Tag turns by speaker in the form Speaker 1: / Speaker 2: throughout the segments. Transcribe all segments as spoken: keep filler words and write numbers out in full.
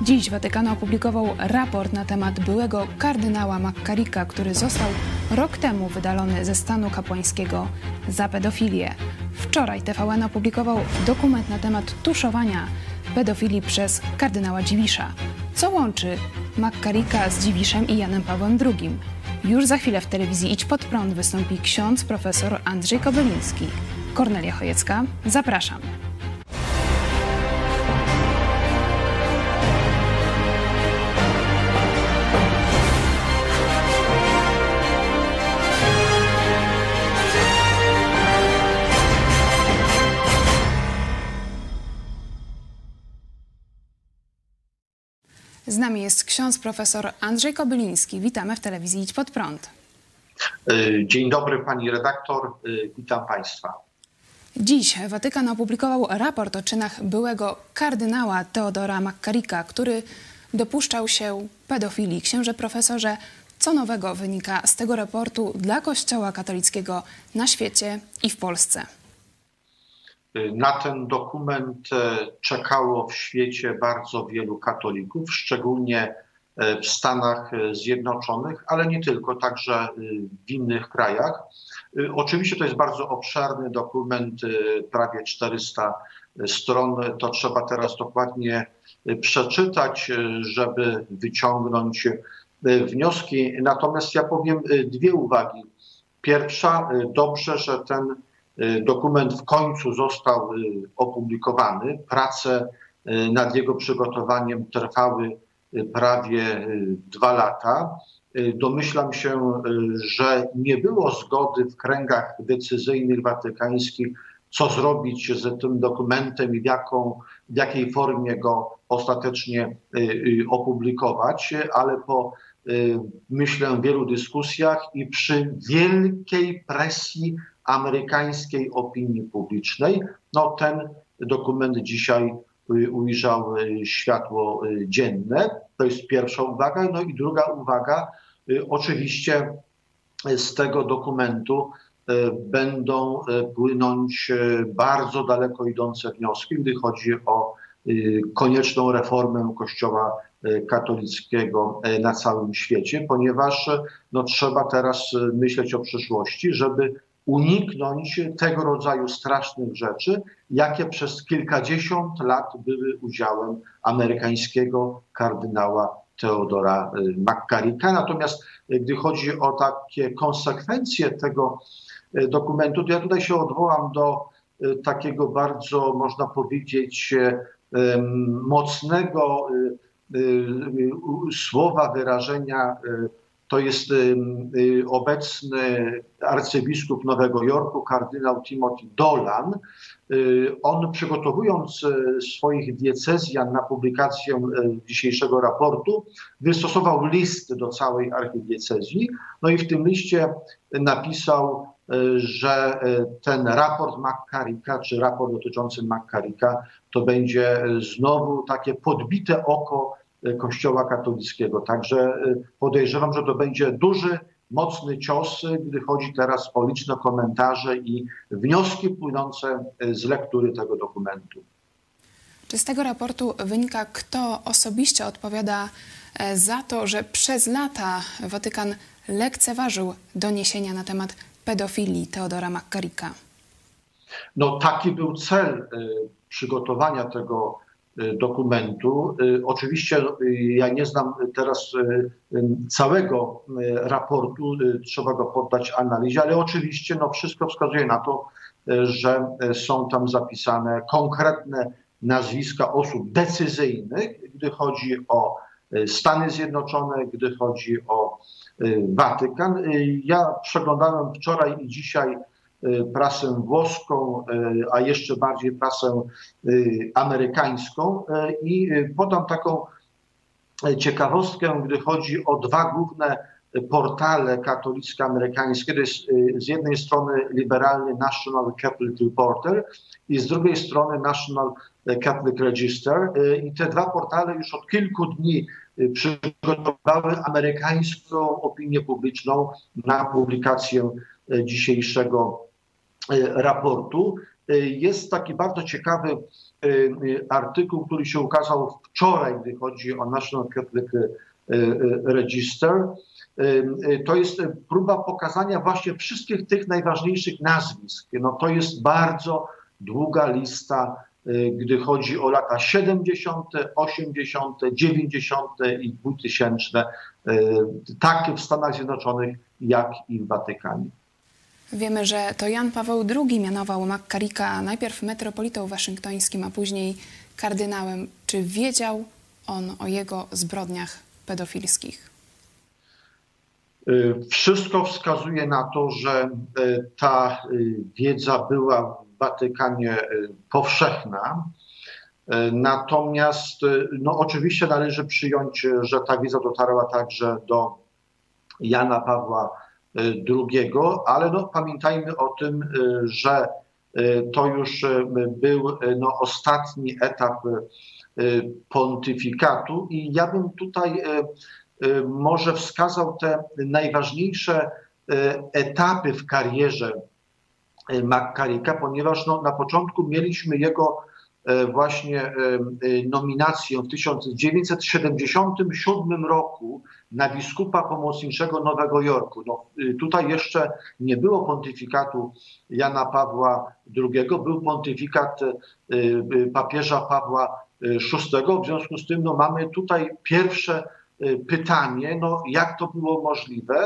Speaker 1: Dziś Watykan opublikował raport na temat byłego kardynała McCarricka, który został rok temu wydalony ze stanu kapłańskiego za pedofilię. Wczoraj T V N opublikował dokument na temat tuszowania pedofilii przez kardynała Dziwisza. Co łączy McCarricka z Dziwiszem i Janem Pawłem drugim? Już za chwilę w telewizji Idź Pod Prąd wystąpi ksiądz profesor Andrzej Kobyliński. Kornelia Chojecka, zapraszam. Z nami jest ksiądz profesor Andrzej Kobyliński. Witamy w telewizji Idź Pod Prąd.
Speaker 2: Dzień dobry pani redaktor, witam państwa.
Speaker 1: Dziś Watykan opublikował raport o czynach byłego kardynała Theodora McCarricka, który dopuszczał się pedofilii. Księże profesorze, co nowego wynika z tego raportu dla Kościoła katolickiego na świecie i w Polsce?
Speaker 2: Na ten dokument czekało w świecie bardzo wielu katolików, szczególnie w Stanach Zjednoczonych, ale nie tylko, także w innych krajach. Oczywiście to jest bardzo obszerny dokument, prawie czterysta stron. To trzeba teraz dokładnie przeczytać, żeby wyciągnąć wnioski. Natomiast ja powiem dwie uwagi. Pierwsza, dobrze, że ten dokument w końcu został opublikowany. Prace nad jego przygotowaniem trwały prawie dwa lata. Domyślam się, że nie było zgody w kręgach decyzyjnych watykańskich, co zrobić z tym dokumentem i w, jaką, w jakiej formie go ostatecznie opublikować, ale po, myślę, wielu dyskusjach i przy wielkiej presji amerykańskiej opinii publicznej, no ten dokument dzisiaj ujrzał światło dzienne. To jest pierwsza uwaga. No i druga uwaga, oczywiście z tego dokumentu będą płynąć bardzo daleko idące wnioski, gdy chodzi o konieczną reformę Kościoła katolickiego na całym świecie, ponieważ no, trzeba teraz myśleć o przyszłości, żeby uniknąć tego rodzaju strasznych rzeczy, jakie przez kilkadziesiąt lat były udziałem amerykańskiego kardynała Theodora McCarricka. Natomiast gdy chodzi o takie konsekwencje tego dokumentu, to ja tutaj się odwołam do takiego bardzo, można powiedzieć, mocnego słowa, wyrażenia. To jest obecny arcybiskup Nowego Jorku, kardynał Timothy Dolan. On, przygotowując swoich diecezjan na publikację dzisiejszego raportu, wystosował list do całej archidiecezji. No i w tym liście napisał, że ten raport McCarricka, czy raport dotyczący McCarricka, to będzie znowu takie podbite oko Kościoła katolickiego. Także podejrzewam, że to będzie duży, mocny cios, gdy chodzi teraz o liczne komentarze i wnioski płynące z lektury tego dokumentu.
Speaker 1: Czy z tego raportu wynika, kto osobiście odpowiada za to, że przez lata Watykan lekceważył doniesienia na temat pedofilii Theodora McCarricka?
Speaker 2: No taki był cel przygotowania tego dokumentu. Oczywiście ja nie znam teraz całego raportu, trzeba go poddać analizie, ale oczywiście no, wszystko wskazuje na to, że są tam zapisane konkretne nazwiska osób decyzyjnych, gdy chodzi o Stany Zjednoczone, gdy chodzi o Watykan. Ja przeglądałem wczoraj i dzisiaj prasę włoską, a jeszcze bardziej prasę amerykańską i podam taką ciekawostkę, gdy chodzi o dwa główne portale katolicko-amerykańskie. To jest z jednej strony liberalny National Catholic Reporter i z drugiej strony National Catholic Register. I te dwa portale już od kilku dni przygotowały amerykańską opinię publiczną na publikację dzisiejszego raportu Jest taki bardzo ciekawy artykuł, który się ukazał wczoraj, gdy chodzi o National Catholic Register. To jest próba pokazania właśnie wszystkich tych najważniejszych nazwisk. No to jest bardzo długa lista, gdy chodzi o lata siedemdziesiąte, osiemdziesiąte, dziewięćdziesiąte i dwutysięczne, tak w Stanach Zjednoczonych, jak i w Watykanie.
Speaker 1: Wiemy, że to Jan Paweł drugi mianował McCarricka najpierw metropolitą waszyngtońskim, a później kardynałem. Czy wiedział on o jego zbrodniach pedofilskich?
Speaker 2: Wszystko wskazuje na to, że ta wiedza była w Watykanie powszechna. Natomiast no, oczywiście należy przyjąć, że ta wiedza dotarła także do Jana Pawła drugiego, ale no, pamiętajmy o tym, że to już był no, ostatni etap pontyfikatu i ja bym tutaj może wskazał te najważniejsze etapy w karierze McCarricka, ponieważ no, na początku mieliśmy jego właśnie nominację w tysiąc dziewięćset siedemdziesiątym siódmym roku na biskupa pomocniczego Nowego Jorku. No, tutaj jeszcze nie było pontyfikatu Jana Pawła drugiego, był pontyfikat papieża Pawła szóstego. W związku z tym no, mamy tutaj pierwsze pytanie, no, jak to było możliwe,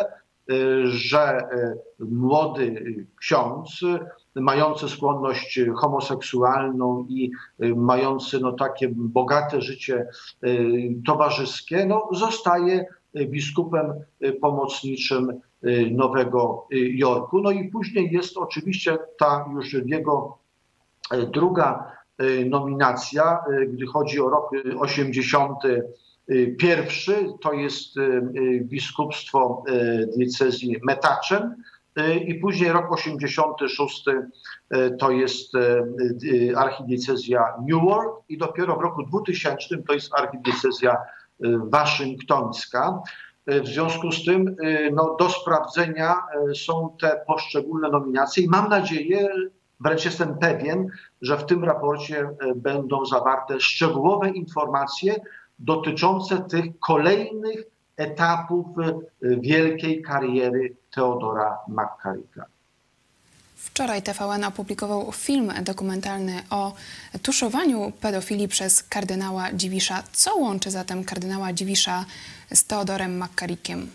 Speaker 2: że młody ksiądz mający skłonność homoseksualną i mający no, takie bogate życie towarzyskie, no, zostaje biskupem pomocniczym Nowego Jorku. No i później jest oczywiście ta już jego druga nominacja, gdy chodzi o rok osiemdziesiąty pierwszy, to jest biskupstwo diecezji Metuchen i później rok osiemdziesiąty szósty to jest archidiecezja Newark i dopiero w roku dwutysięcznym to jest archidiecezja waszyngtońska. W związku z tym no, do sprawdzenia są te poszczególne nominacje i mam nadzieję, wręcz jestem pewien, że w tym raporcie będą zawarte szczegółowe informacje dotyczące tych kolejnych etapów wielkiej kariery Theodora McCarricka.
Speaker 1: Wczoraj T V N opublikował film dokumentalny o tuszowaniu pedofilii przez kardynała Dziwisza. Co łączy zatem kardynała Dziwisza z Theodorem McCarrickiem?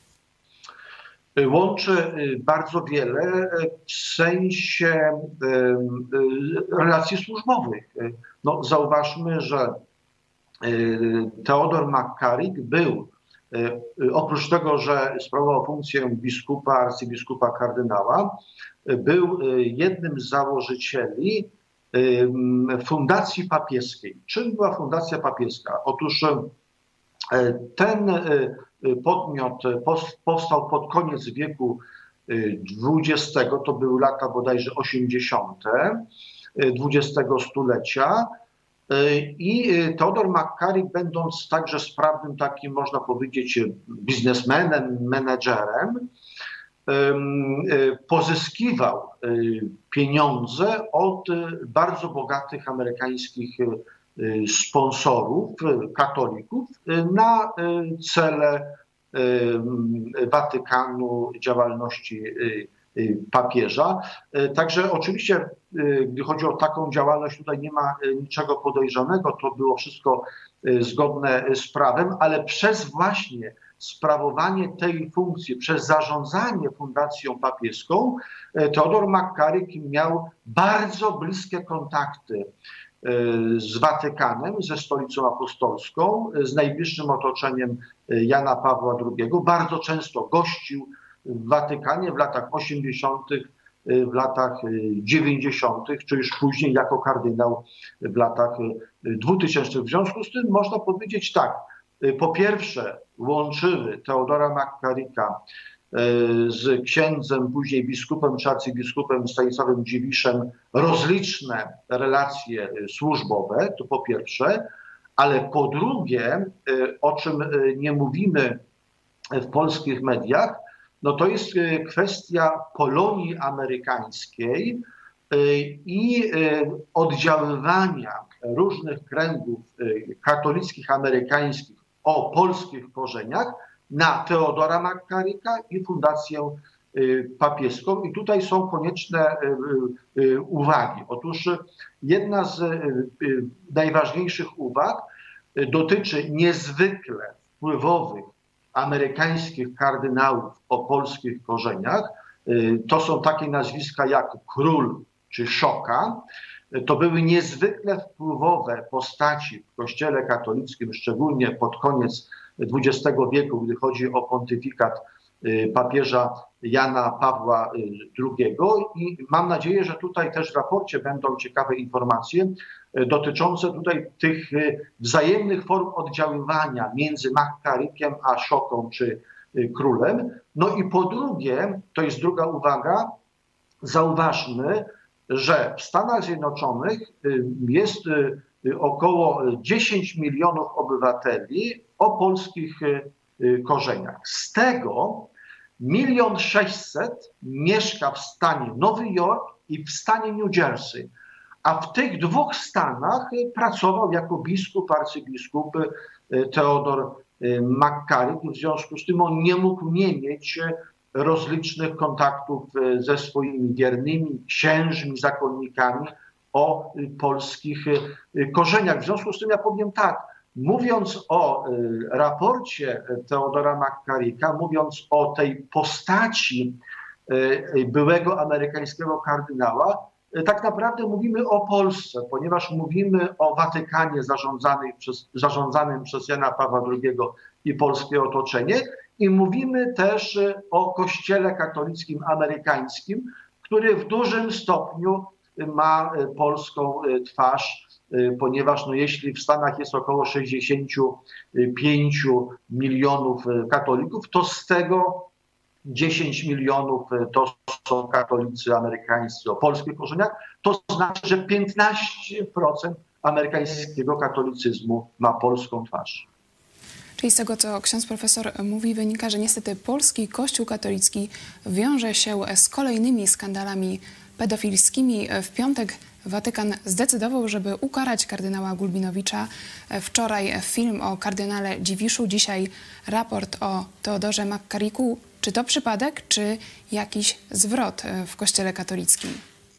Speaker 2: Łączy bardzo wiele w sensie relacji służbowych. No, zauważmy, że Theodor McCarrick był, oprócz tego, że sprawował funkcję biskupa, arcybiskupa, kardynała, był jednym z założycieli fundacji papieskiej. Czym była fundacja papieska? Otóż ten podmiot powstał pod koniec wieku dwudziestego, to były lata bodajże osiemdziesiąte dwudziestego stulecia. I Theodor McCarrick, będąc także sprawnym takim, można powiedzieć, biznesmenem, menedżerem, pozyskiwał pieniądze od bardzo bogatych amerykańskich sponsorów, katolików, na cele Watykanu, działalności papieża. Także oczywiście, gdy chodzi o taką działalność, tutaj nie ma niczego podejrzanego, to było wszystko zgodne z prawem, ale przez właśnie sprawowanie tej funkcji, przez zarządzanie fundacją papieską, Theodor McCarrick miał bardzo bliskie kontakty z Watykanem, ze Stolicą Apostolską, z najbliższym otoczeniem Jana Pawła drugiego. Bardzo często gościł w Watykanie w latach osiemdziesiątych, w latach dziewięćdziesiątych, czy już później jako kardynał w latach dwutysięcznych. W związku z tym można powiedzieć tak, po pierwsze łączyły Theodora McCarricka z księdzem, później biskupem czy arcybiskupem Stanisławem Dziwiszem rozliczne relacje służbowe, to po pierwsze, ale po drugie, o czym nie mówimy w polskich mediach, no to jest kwestia Polonii amerykańskiej, i oddziaływania różnych kręgów katolickich amerykańskich o polskich korzeniach na Theodora McCarricka i Fundację Papieską. I tutaj są konieczne uwagi. Otóż jedna z najważniejszych uwag dotyczy niezwykle wpływowych amerykańskich kardynałów o polskich korzeniach. To są takie nazwiska jak Król czy Szoka. To były niezwykle wpływowe postaci w Kościele katolickim, szczególnie pod koniec dwudziestego wieku, gdy chodzi o pontyfikat papieża Jana Pawła drugiego. I mam nadzieję, że tutaj też w raporcie będą ciekawe informacje dotyczące tutaj tych wzajemnych form oddziaływania między McCarrickiem a Szoką czy Królem. No i po drugie, to jest druga uwaga, zauważmy, że w Stanach Zjednoczonych jest około dziesięć milionów obywateli o polskich korzeniach. Z tego milion sześćset mieszka w stanie Nowy Jork i w stanie New Jersey, a w tych dwóch stanach pracował jako biskup, arcybiskup Theodor McCarrick. W związku z tym on nie mógł nie mieć rozlicznych kontaktów ze swoimi wiernymi księżmi, zakonnikami o polskich korzeniach. W związku z tym ja powiem tak, mówiąc o raporcie Theodora McCarricka, mówiąc o tej postaci byłego amerykańskiego kardynała, tak naprawdę mówimy o Polsce, ponieważ mówimy o Watykanie zarządzanym przez, zarządzanym przez Jana Pawła drugiego i polskie otoczenie. I mówimy też o Kościele katolickim amerykańskim, który w dużym stopniu ma polską twarz, ponieważ no jeśli w Stanach jest około sześćdziesiąt pięć milionów katolików, to z tego dziesięć milionów to są katolicy amerykańscy o polskich korzeniach. To znaczy, że piętnaście procent amerykańskiego katolicyzmu ma polską twarz.
Speaker 1: Czyli z tego, co ksiądz profesor mówi, wynika, że niestety polski Kościół katolicki wiąże się z kolejnymi skandalami pedofilskimi. W piątek Watykan zdecydował, żeby ukarać kardynała Gulbinowicza. Wczoraj film o kardynale Dziwiszu, dzisiaj raport o Theodorze McCarricku. Czy to przypadek, czy jakiś zwrot w Kościele katolickim?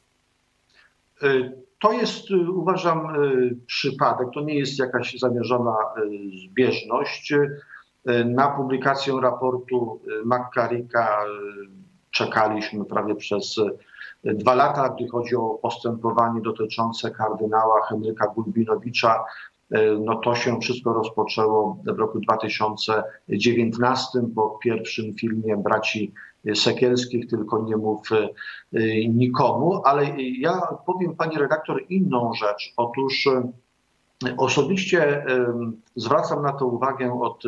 Speaker 2: To jest, uważam, przypadek. To nie jest jakaś zamierzona zbieżność. Na publikację raportu McCarricka czekaliśmy prawie przez dwa lata, gdy chodzi o postępowanie dotyczące kardynała Henryka Gulbinowicza. No to się wszystko rozpoczęło w roku dwa tysiące dziewiętnastym po pierwszym filmie braci Sekielskich, Tylko nie mów nikomu. Ale ja powiem pani redaktor inną rzecz. Otóż osobiście zwracam na to uwagę od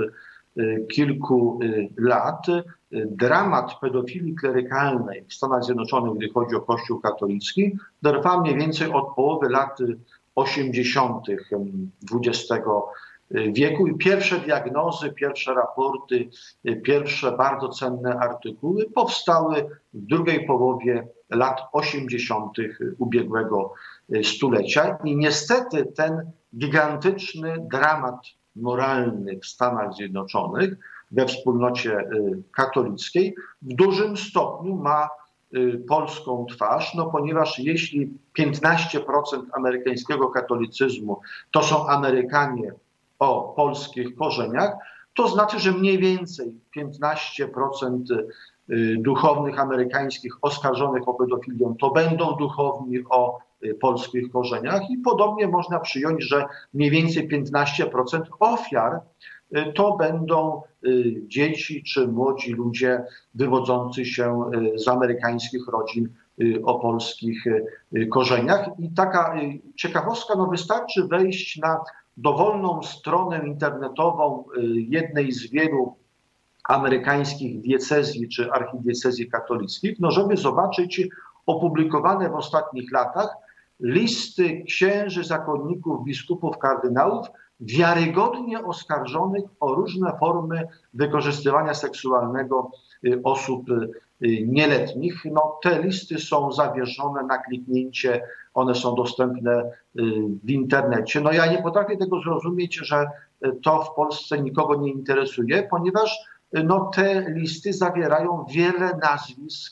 Speaker 2: kilku lat. Dramat pedofilii klerykalnej w Stanach Zjednoczonych, gdy chodzi o Kościół katolicki, trwa mniej więcej od połowy lat osiemdziesiątych dwudziestego wieku i pierwsze diagnozy, pierwsze raporty, pierwsze bardzo cenne artykuły powstały w drugiej połowie lat osiemdziesiątych ubiegłego stulecia. I niestety ten gigantyczny dramat moralny w Stanach Zjednoczonych, we wspólnocie katolickiej, w dużym stopniu ma polską twarz, no ponieważ jeśli piętnaście procent amerykańskiego katolicyzmu to są Amerykanie o polskich korzeniach, to znaczy, że mniej więcej piętnaście procent duchownych amerykańskich oskarżonych o pedofilię to będą duchowni o polskich korzeniach i podobnie można przyjąć, że mniej więcej piętnaście procent ofiar to będą dzieci czy młodzi ludzie wywodzący się z amerykańskich rodzin o polskich korzeniach. I taka ciekawostka, no wystarczy wejść na dowolną stronę internetową jednej z wielu amerykańskich diecezji czy archidiecezji katolickich, no żeby zobaczyć opublikowane w ostatnich latach listy księży, zakonników, biskupów, kardynałów wiarygodnie oskarżonych o różne formy wykorzystywania seksualnego osób nieletnich. No, te listy są zawieszone na kliknięcie, one są dostępne w internecie. No ja nie potrafię tego zrozumieć, że to w Polsce nikogo nie interesuje, ponieważ no, te listy zawierają wiele nazwisk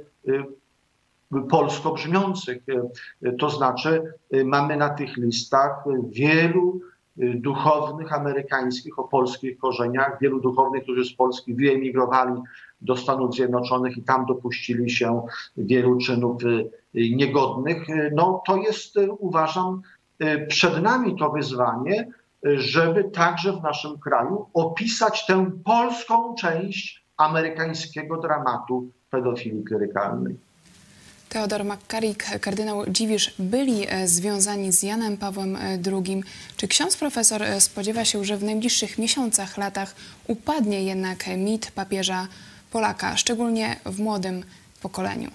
Speaker 2: polsko brzmiących. To znaczy mamy na tych listach wielu duchownych amerykańskich o polskich korzeniach, wielu duchownych, którzy z Polski wyemigrowali do Stanów Zjednoczonych i tam dopuścili się wielu czynów niegodnych. No to jest, uważam, przed nami to wyzwanie, żeby także w naszym kraju opisać tę polską część amerykańskiego dramatu pedofilii klerykalnej.
Speaker 1: Teodor McCarrick, kardynał Dziwisz byli związani z Janem Pawłem drugim. Czy ksiądz profesor spodziewa się, że w najbliższych miesiącach, latach upadnie jednak mit papieża Polaka, szczególnie w młodym pokoleniu?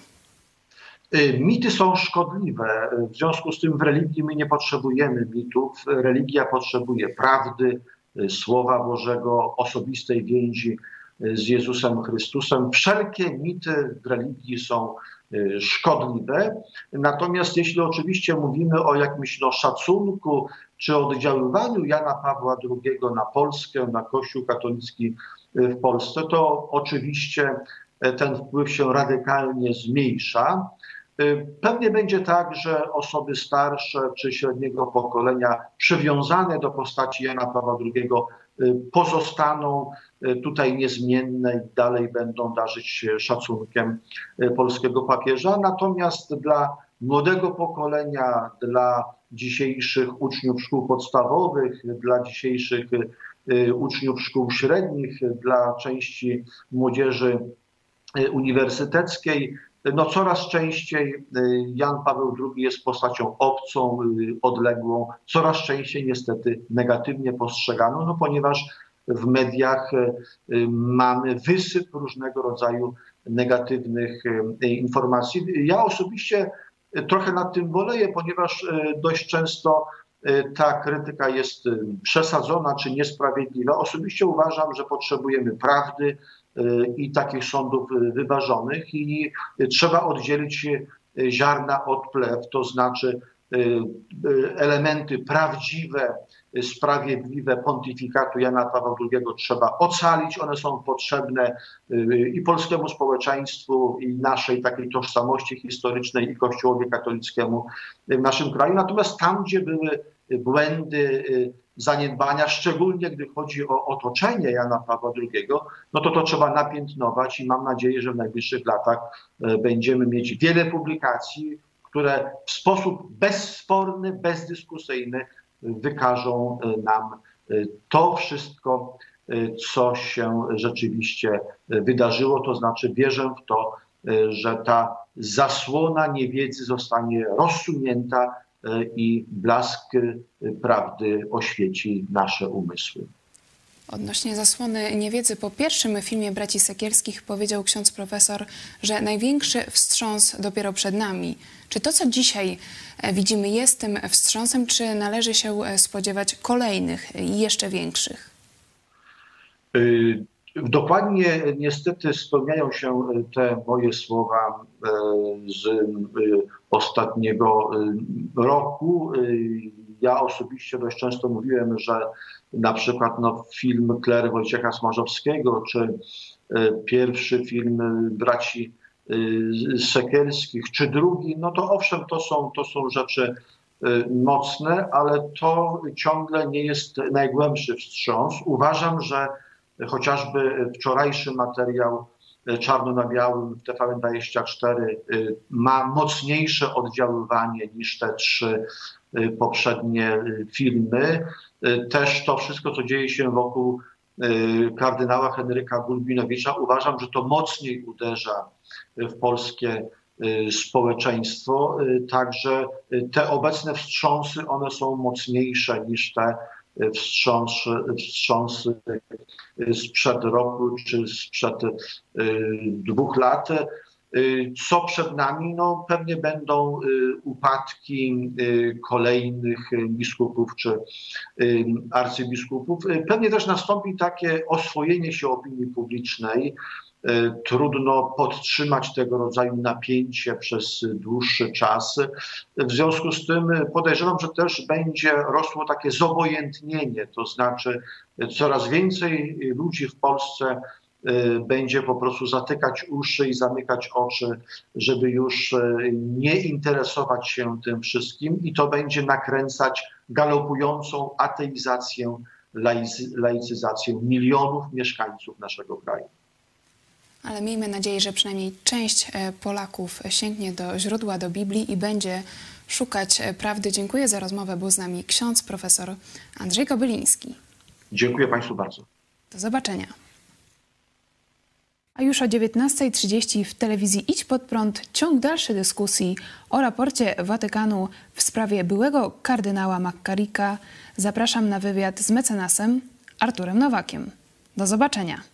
Speaker 2: Mity są szkodliwe. W związku z tym w religii my nie potrzebujemy mitów. Religia potrzebuje prawdy, Słowa Bożego, osobistej więzi z Jezusem Chrystusem. Wszelkie mity w religii są szkodliwe. Natomiast jeśli oczywiście mówimy o jakimś no, szacunku czy oddziaływaniu Jana Pawła drugiego na Polskę, na Kościół katolicki w Polsce, to oczywiście ten wpływ się radykalnie zmniejsza. Pewnie będzie tak, że osoby starsze czy średniego pokolenia przywiązane do postaci Jana Pawła drugiego pozostaną tutaj niezmienne i dalej będą darzyć szacunkiem polskiego papieża. Natomiast dla młodego pokolenia, dla dzisiejszych uczniów szkół podstawowych, dla dzisiejszych uczniów szkół średnich, dla części młodzieży uniwersyteckiej, no coraz częściej Jan Paweł drugi jest postacią obcą, odległą, coraz częściej niestety negatywnie postrzeganą, no ponieważ w mediach mamy wysyp różnego rodzaju negatywnych informacji. Ja osobiście trochę nad tym boleję, ponieważ dość często ta krytyka jest przesadzona czy niesprawiedliwa. Osobiście uważam, że potrzebujemy prawdy i takich sądów wyważonych i trzeba oddzielić ziarna od plew, to znaczy elementy prawdziwe, sprawiedliwe pontyfikatu Jana Pawła drugiego trzeba ocalić. One są potrzebne i polskiemu społeczeństwu, i naszej takiej tożsamości historycznej, i Kościołowi katolickiemu w naszym kraju. Natomiast tam, gdzie były błędy, zaniedbania, szczególnie gdy chodzi o otoczenie Jana Pawła drugiego, no to to trzeba napiętnować i mam nadzieję, że w najbliższych latach będziemy mieć wiele publikacji, które w sposób bezsporny, bezdyskusyjny wykażą nam to wszystko, co się rzeczywiście wydarzyło. To znaczy wierzę w to, że ta zasłona niewiedzy zostanie rozsunięta i blask prawdy oświeci nasze umysły.
Speaker 1: Odnośnie zasłony niewiedzy, po pierwszym filmie braci Sekielskich powiedział ksiądz profesor, że największy wstrząs dopiero przed nami. Czy to, co dzisiaj widzimy, jest tym wstrząsem, czy należy się spodziewać kolejnych i jeszcze większych?
Speaker 2: Dokładnie niestety spełniają się te moje słowa z ostatniego roku. Ja osobiście dość często mówiłem, że na przykład no, film Kler Wojciecha Smarzowskiego, czy pierwszy film braci Sekielskich, czy drugi, no to owszem, to są, to są rzeczy mocne, ale to ciągle nie jest najgłębszy wstrząs. Uważam, że chociażby wczorajszy materiał czarno na białym w T V N dwadzieścia cztery ma mocniejsze oddziaływanie niż te trzy poprzednie filmy. Też to wszystko, co dzieje się wokół kardynała Henryka Gulbinowicza, uważam, że to mocniej uderza w polskie społeczeństwo. Także te obecne wstrząsy, one są mocniejsze niż te wstrząs, wstrząsy sprzed roku czy sprzed dwóch lat. Co przed nami? No, pewnie będą upadki kolejnych biskupów czy arcybiskupów. Pewnie też nastąpi takie oswojenie się opinii publicznej trudno podtrzymać tego rodzaju napięcie przez dłuższy czas. W związku z tym podejrzewam, że też będzie rosło takie zobojętnienie, to znaczy coraz więcej ludzi w Polsce będzie po prostu zatykać uszy i zamykać oczy, żeby już nie interesować się tym wszystkim, i to będzie nakręcać galopującą ateizację, laicyzację milionów mieszkańców naszego kraju.
Speaker 1: Ale miejmy nadzieję, że przynajmniej część Polaków sięgnie do źródła, do Biblii i będzie szukać prawdy. Dziękuję za rozmowę. Był z nami ksiądz profesor Andrzej Kobyliński.
Speaker 2: Dziękuję Państwu bardzo.
Speaker 1: Do zobaczenia. A już o dziewiętnastej trzydzieści w telewizji Idź Pod Prąd ciąg dalszy dyskusji o raporcie Watykanu w sprawie byłego kardynała McCarricka. Zapraszam na wywiad z mecenasem Arturem Nowakiem. Do zobaczenia.